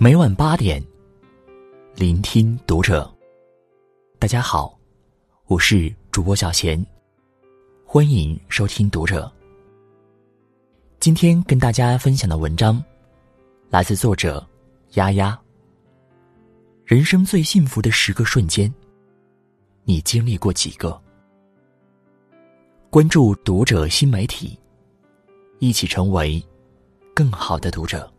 每晚8点，聆听读者。大家好，我是主播小贤，欢迎收听读者。今天跟大家分享的文章来自作者丫丫。人生最幸福的10个瞬间，你经历过几个？关注读者新媒体，一起成为更好的读者。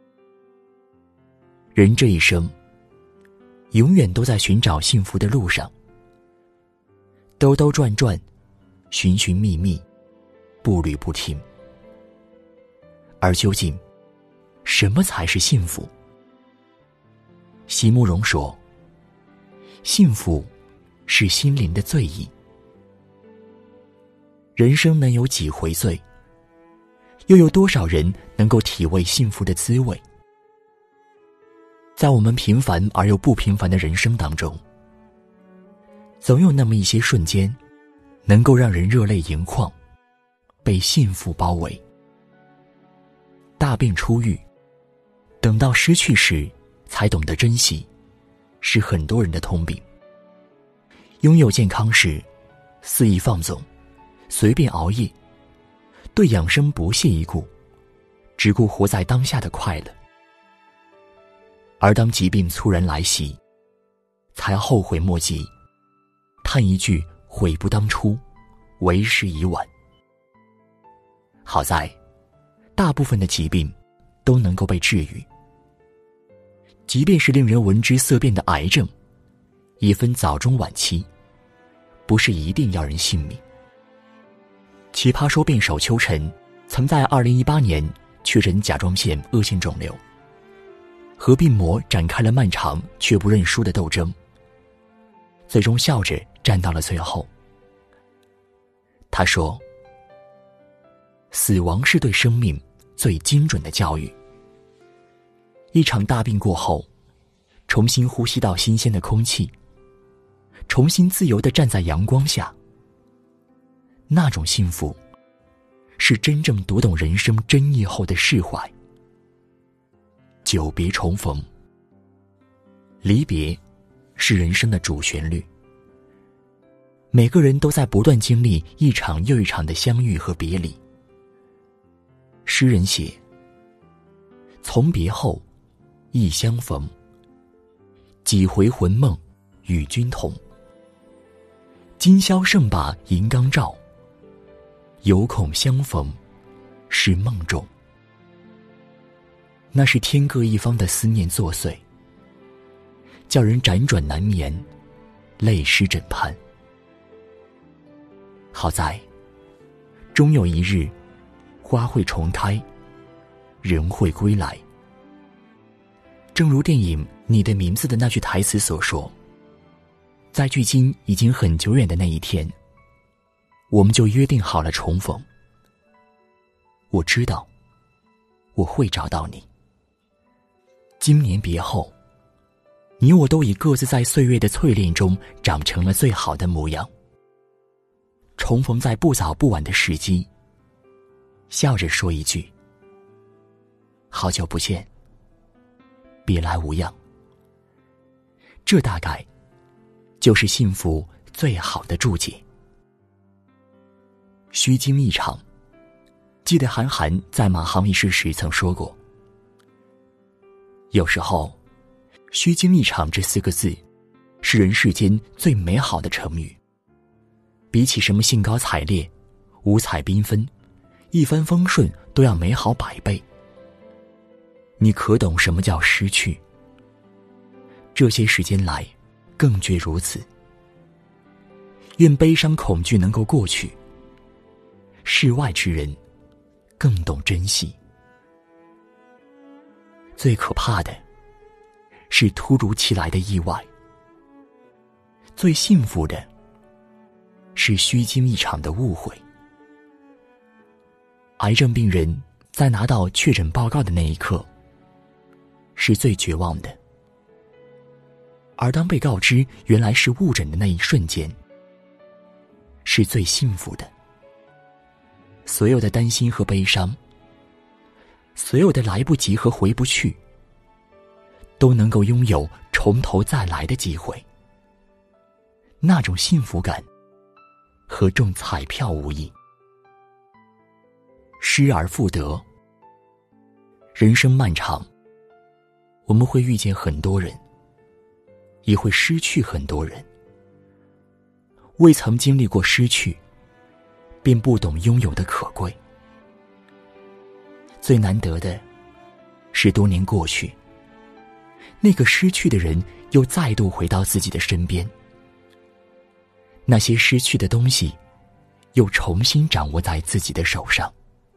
人这一生永远都在寻找幸福的路上，兜兜转转，寻寻觅觅，步履不停。而究竟什么才是幸福？席慕容说，幸福是心灵的醉意。人生能有几回醉，又有多少人能够体味幸福的滋味？在我们平凡而又不平凡的人生当中，总有那么一些瞬间能够让人热泪盈眶，被幸福包围。大病初愈，等到失去时才懂得珍惜，是很多人的通病。拥有健康时肆意放纵，随便熬夜，对养生不屑一顾，只顾活在当下的快乐。而当疾病猝然来袭，才后悔莫及，叹一句悔不当初，为时已晚。好在大部分的疾病都能够被治愈，即便是令人闻之色变的癌症，也分早中晚期，不是一定要人性命。奇葩说辩手邱晨曾在2018年确诊甲状腺恶性肿瘤，和病魔展开了漫长却不认输的斗争，最终笑着站到了最后。他说，死亡是对生命最精准的教育。一场大病过后，重新呼吸到新鲜的空气，重新自由地站在阳光下，那种幸福是真正读懂人生真意后的释怀。久别重逢，离别是人生的主旋律。每个人都在不断经历一场又一场的相遇和别离。诗人写，从别后忆相逢，几回魂梦与君同。今宵胜把银缸照，犹恐相逢是梦中。那是天各一方的思念作祟，叫人辗转难眠，泪湿枕畔。好在终有一日，花会重开，人会归来。正如电影《你的名字》的那句台词所说，在距今已经很久远的那一天，我们就约定好了重逢。我知道我会找到你。今年别后，你我都已各自在岁月的淬炼中长成了最好的模样。重逢在不早不晚的时机，笑着说一句，好久不见，别来无恙。这大概就是幸福最好的注解。虚惊一场，记得韩寒在马航一事时曾说过，有时候虚惊一场这4个字是人世间最美好的成语，比起什么兴高采烈、五彩缤纷、一帆风顺都要美好100倍。你可懂什么叫失去？这些时间来更觉如此。愿悲伤恐惧能够过去，世外之人更懂珍惜。最可怕的是突如其来的意外，最幸福的是虚惊一场的误会。癌症病人在拿到确诊报告的那一刻是最绝望的，而当被告知原来是误诊的那一瞬间是最幸福的。所有的担心和悲伤，所有的来不及和回不去， 都能够拥有从头再来的机会。那种幸福感和中彩票无异。失而复得。人生漫长，我们会遇见很多人，也会失去很多人。未曾经历过失去，便不懂拥有的可贵。最难得的是多年过去，那个失去的人又再度回到自己的身边，那些失去的东西又重新掌握在自己的手上。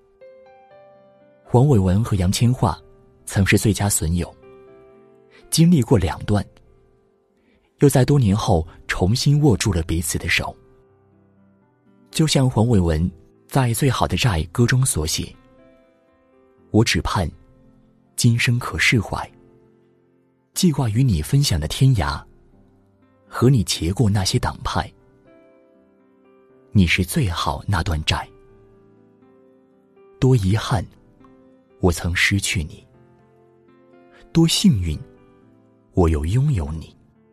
黄伟文和杨千嬅曾是最佳损友，经历过两段，又在多年后重新握住了彼此的手。就像黄伟文在《最好的债》歌中所写，我只盼今生可释怀，记挂与你分享的天涯，和你结过那些党派，你是最好那段债。多遗憾我曾失去你，多幸运我又拥有你。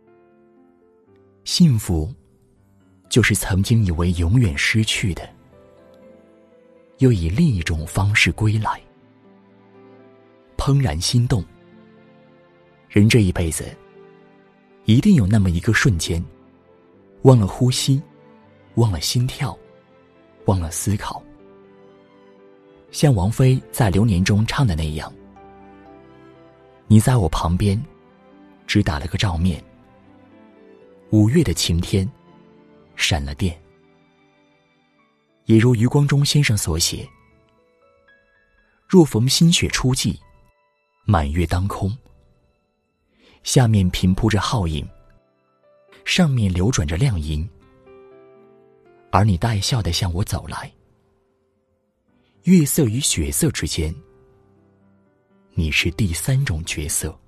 幸福就是曾经以为永远失去的，又以另一种方式归来。怦然心动。人这一辈子一定有那么一个瞬间，忘了呼吸，忘了心跳，忘了思考。像王菲在《流年》中唱的那样，你在我旁边只打了个照面，5月的晴天闪了电。也如余光中先生所写，若逢新雪初霁，满月当空，下面平铺着皓影，上面流转着亮银，而你带笑地向我走来。月色与血色之间，你是第3种角色。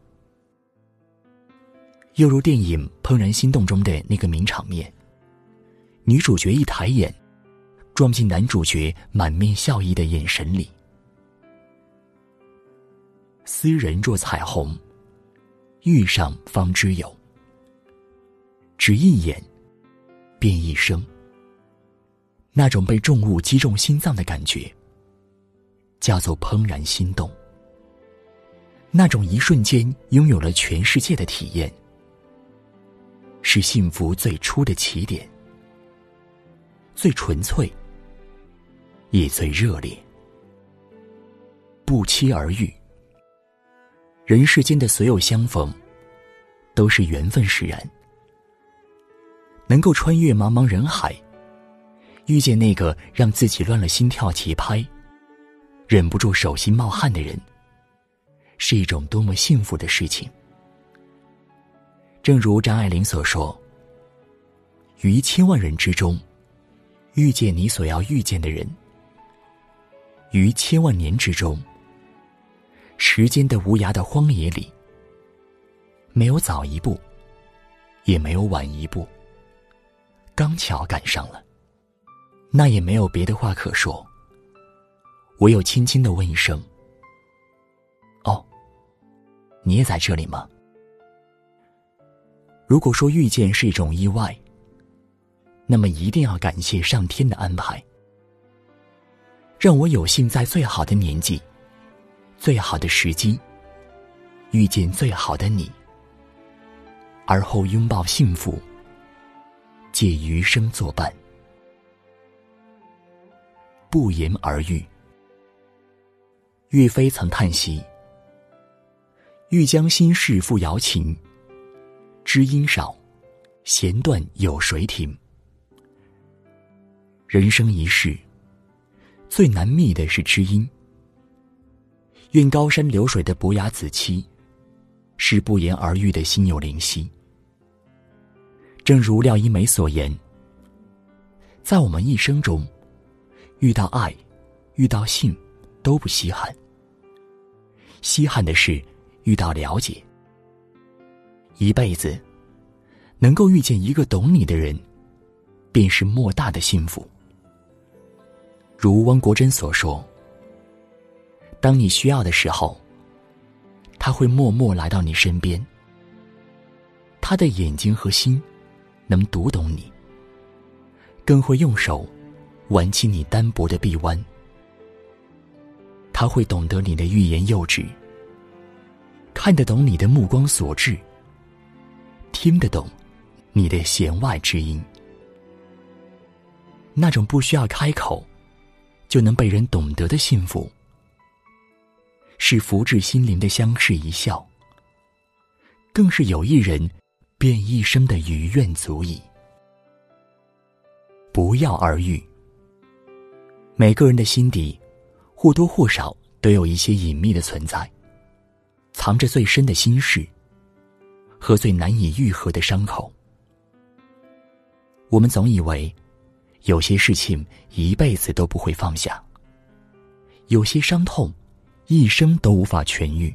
又如电影《怦然心动》中的那个名场面，女主角一抬眼撞进男主角满面笑意的眼神里。斯人若彩虹，遇上方知有。只一眼，便一生。那种被重物击中心脏的感觉，叫做怦然心动。那种一瞬间拥有了全世界的体验，是幸福最初的起点，最纯粹，也最热烈。不期而遇。人世间的所有相逢，都是缘分使然。能够穿越茫茫人海，遇见那个让自己乱了心跳节拍，忍不住手心冒汗的人，是一种多么幸福的事情。正如张爱玲所说，于千万人之中，遇见你所要遇见的人；于千万年之中，时间的无涯的荒野里，没有早一步，也没有晚一步，刚巧赶上了，那也没有别的话可说，唯有轻轻地问一声：哦，你也在这里吗？如果说遇见是一种意外，那么一定要感谢上天的安排，让我有幸在最好的年纪，最好的时机，遇见最好的你，而后拥抱幸福，借余生作伴。不言而喻。岳飞曾叹息：欲将心事付瑶琴，知音少，弦断有谁听。人生一世，最难觅的是知音。愿高山流水的伯牙子期，是不言而喻的心有灵犀。正如廖一梅所言，在我们一生中，遇到爱，遇到性都不稀罕，稀罕的是遇到了解。一辈子能够遇见一个懂你的人，便是莫大的幸福。如汪国真所说，当你需要的时候，他他会默默来到你身边，他的眼睛和心能读懂你，更会用手挽起你单薄的臂弯。他会懂得你的欲言又止，看得懂你的目光所至，听得懂你的弦外之音。那种不需要开口就能被人懂得的幸福，是福至心灵的相视一笑，更是有一人便一生的余愿足矣。不药而愈。每个人的心底或多或少都有一些隐秘的存在，藏着最深的心事和最难以愈合的伤口。我们总以为有些事情一辈子都不会放下，有些伤痛一生都无法痊愈。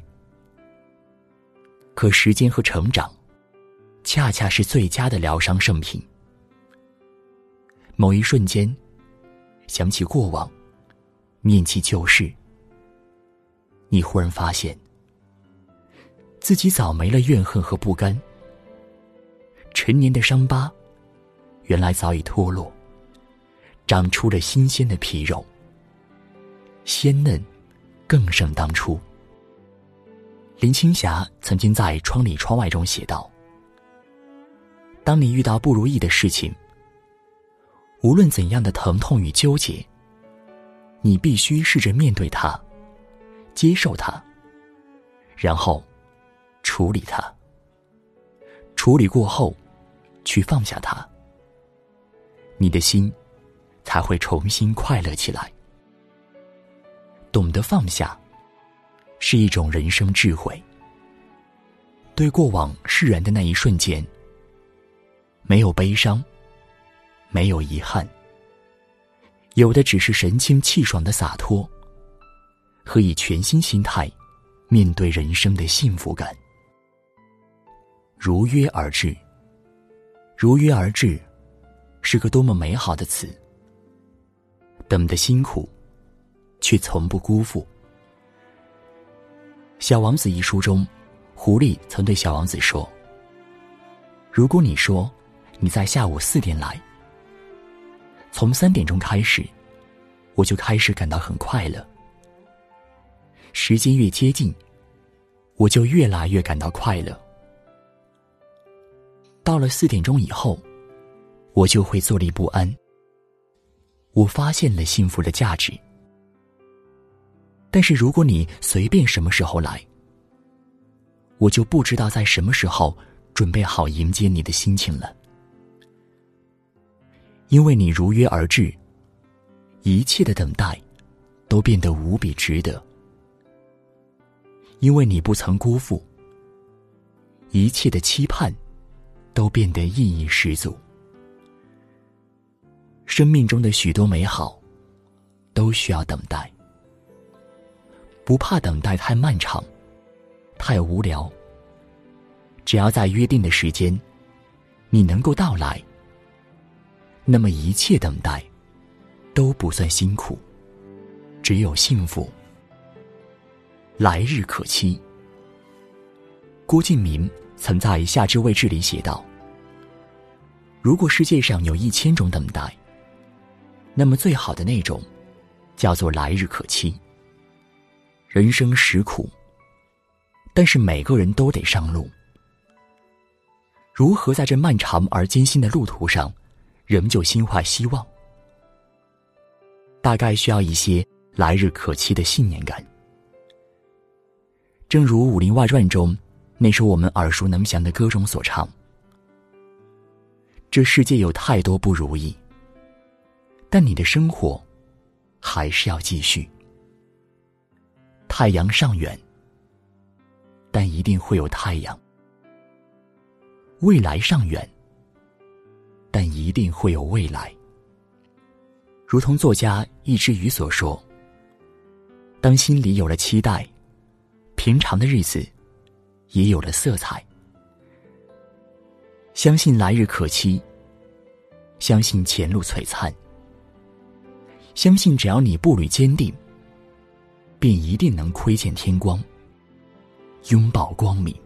可时间和成长恰恰是最佳的疗伤圣品。某一瞬间想起过往，念起旧事，你忽然发现自己早没了怨恨和不甘，陈年的伤疤原来早已脱落，长出了新鲜的皮肉，鲜嫩更胜当初。林青霞曾经在《窗里窗外》中写道，当你遇到不如意的事情，无论怎样的疼痛与纠结，你必须试着面对它，接受它，然后处理它。处理过后，去放下它，你的心才会重新快乐起来。懂得放下，是一种人生智慧。对过往释然的那一瞬间，没有悲伤，没有遗憾，有的只是神清气爽的洒脱，和以全新心态面对人生的幸福感。如约而至，如约而至是个多么美好的词。等得辛苦，却从不辜负。小王子一书中，狐狸曾对小王子说，如果你说你在下午4点来，从3点钟开始，我就开始感到很快乐。时间越接近，我就越来越感到快乐。到了4点钟以后，我就会坐立不安。我发现了幸福的价值。但是如果你随便什么时候来，我就不知道在什么时候准备好迎接你的心情了。因为你如约而至，一切的等待都变得无比值得。因为你不曾辜负，一切的期盼都变得意义十足。生命中的许多美好都需要等待，不怕等待太漫长太无聊，只要在约定的时间你能够到来，那么一切等待都不算辛苦，只有幸福。来日可期。郭敬明曾在《夏至未至》里写道，如果世界上有1000种等待，那么最好的那种叫做来日可期。人生实苦，但是每个人都得上路。如何在这漫长而艰辛的路途上仍旧心怀希望？大概需要一些来日可期的信念感。正如《武林外传》中那首我们耳熟能详的歌中所唱，这世界有太多不如意，但你的生活还是要继续。太阳尚远，但一定会有太阳；未来尚远，但一定会有未来。如同作家易之瑜所说，当心里有了期待，平常的日子也有了色彩。相信来日可期，相信前路璀璨，相信只要你步履坚定，便一定能窥见天光， 拥抱光明。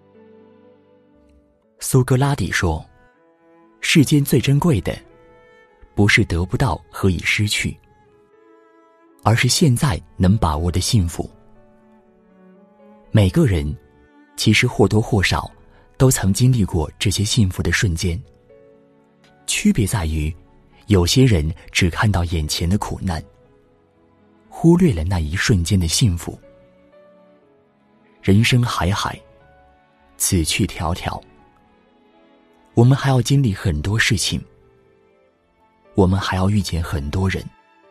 苏格拉底说，世间最珍贵的不是得不到和已失去，而是现在能把握的幸福。每个人其实或多或少都曾经历过这些幸福的瞬间，区别在于有些人只看到眼前的苦难，忽略了那一瞬间的幸福。人生海海，此去迢迢，我们还要经历很多事情，我们还要遇见很多人。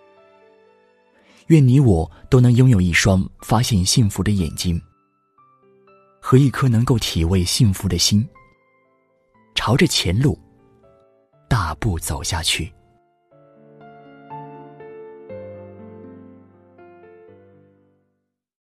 愿你我都能拥有一双发现幸福的眼睛，和一颗能够体味幸福的心，朝着前路大步走下去。